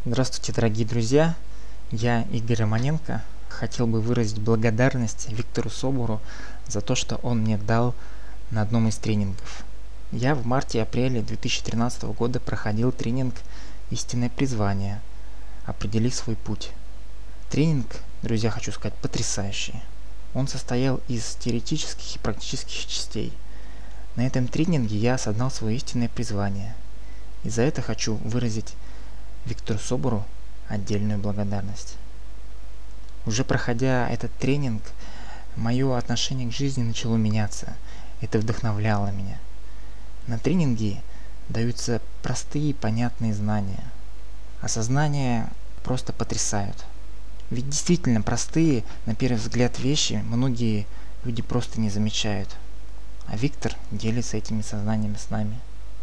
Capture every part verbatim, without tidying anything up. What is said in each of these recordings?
Здравствуйте, дорогие друзья! Я Игорь Романенко. Хотел бы выразить благодарность Виктору Собору за то, что он мне дал на одном из тренингов. Я в марте-апреле две тысячи тринадцатого года проходил тренинг «Истинное призвание. Определи свой путь». Тренинг, друзья, хочу сказать, потрясающий. Он состоял из теоретических и практических частей. На этом тренинге я осознал свое истинное призвание. И за это хочу выразить Виктору Собору отдельную благодарность. Уже проходя этот тренинг, мое отношение к жизни начало меняться. Это вдохновляло меня. На тренинге даются простые, понятные знания. Осознания просто потрясают. Ведь действительно простые, на первый взгляд, вещи многие люди просто не замечают. А Виктор делится этими сознаниями с нами.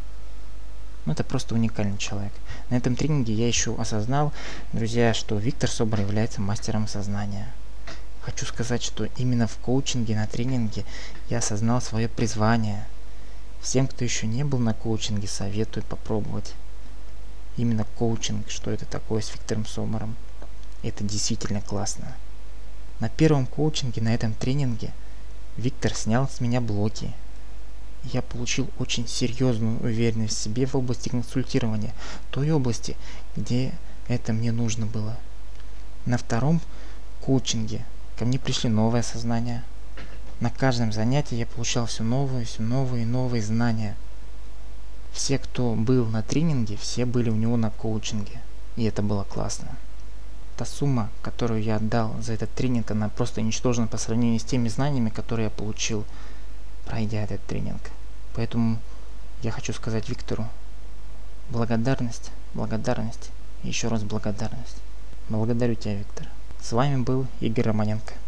Ну, это просто уникальный человек. На этом тренинге я еще осознал, друзья, что Виктор Собор является мастером сознания. Хочу сказать, что именно в коучинге, на тренинге я осознал свое призвание. Всем, кто еще не был на коучинге, советую попробовать. Именно коучинг, что это такое с Виктором Собором. Это действительно классно. На первом коучинге, на этом тренинге, Виктор снял с меня блоки. Я получил очень серьезную уверенность в себе в области консультирования, той области, где это мне нужно было. На втором коучинге ко мне пришли новые сознания. На каждом занятии я получал все новые, все новые и новые знания. Все, кто был на тренинге, все были у него на коучинге. И это было классно. Та сумма, которую я отдал за этот тренинг, она просто ничтожна по сравнению с теми знаниями, которые я получил, пройдя этот тренинг. Поэтому я хочу сказать Виктору благодарность, благодарность и еще раз благодарность. Благодарю тебя, Виктор. С вами был Игорь Романенко.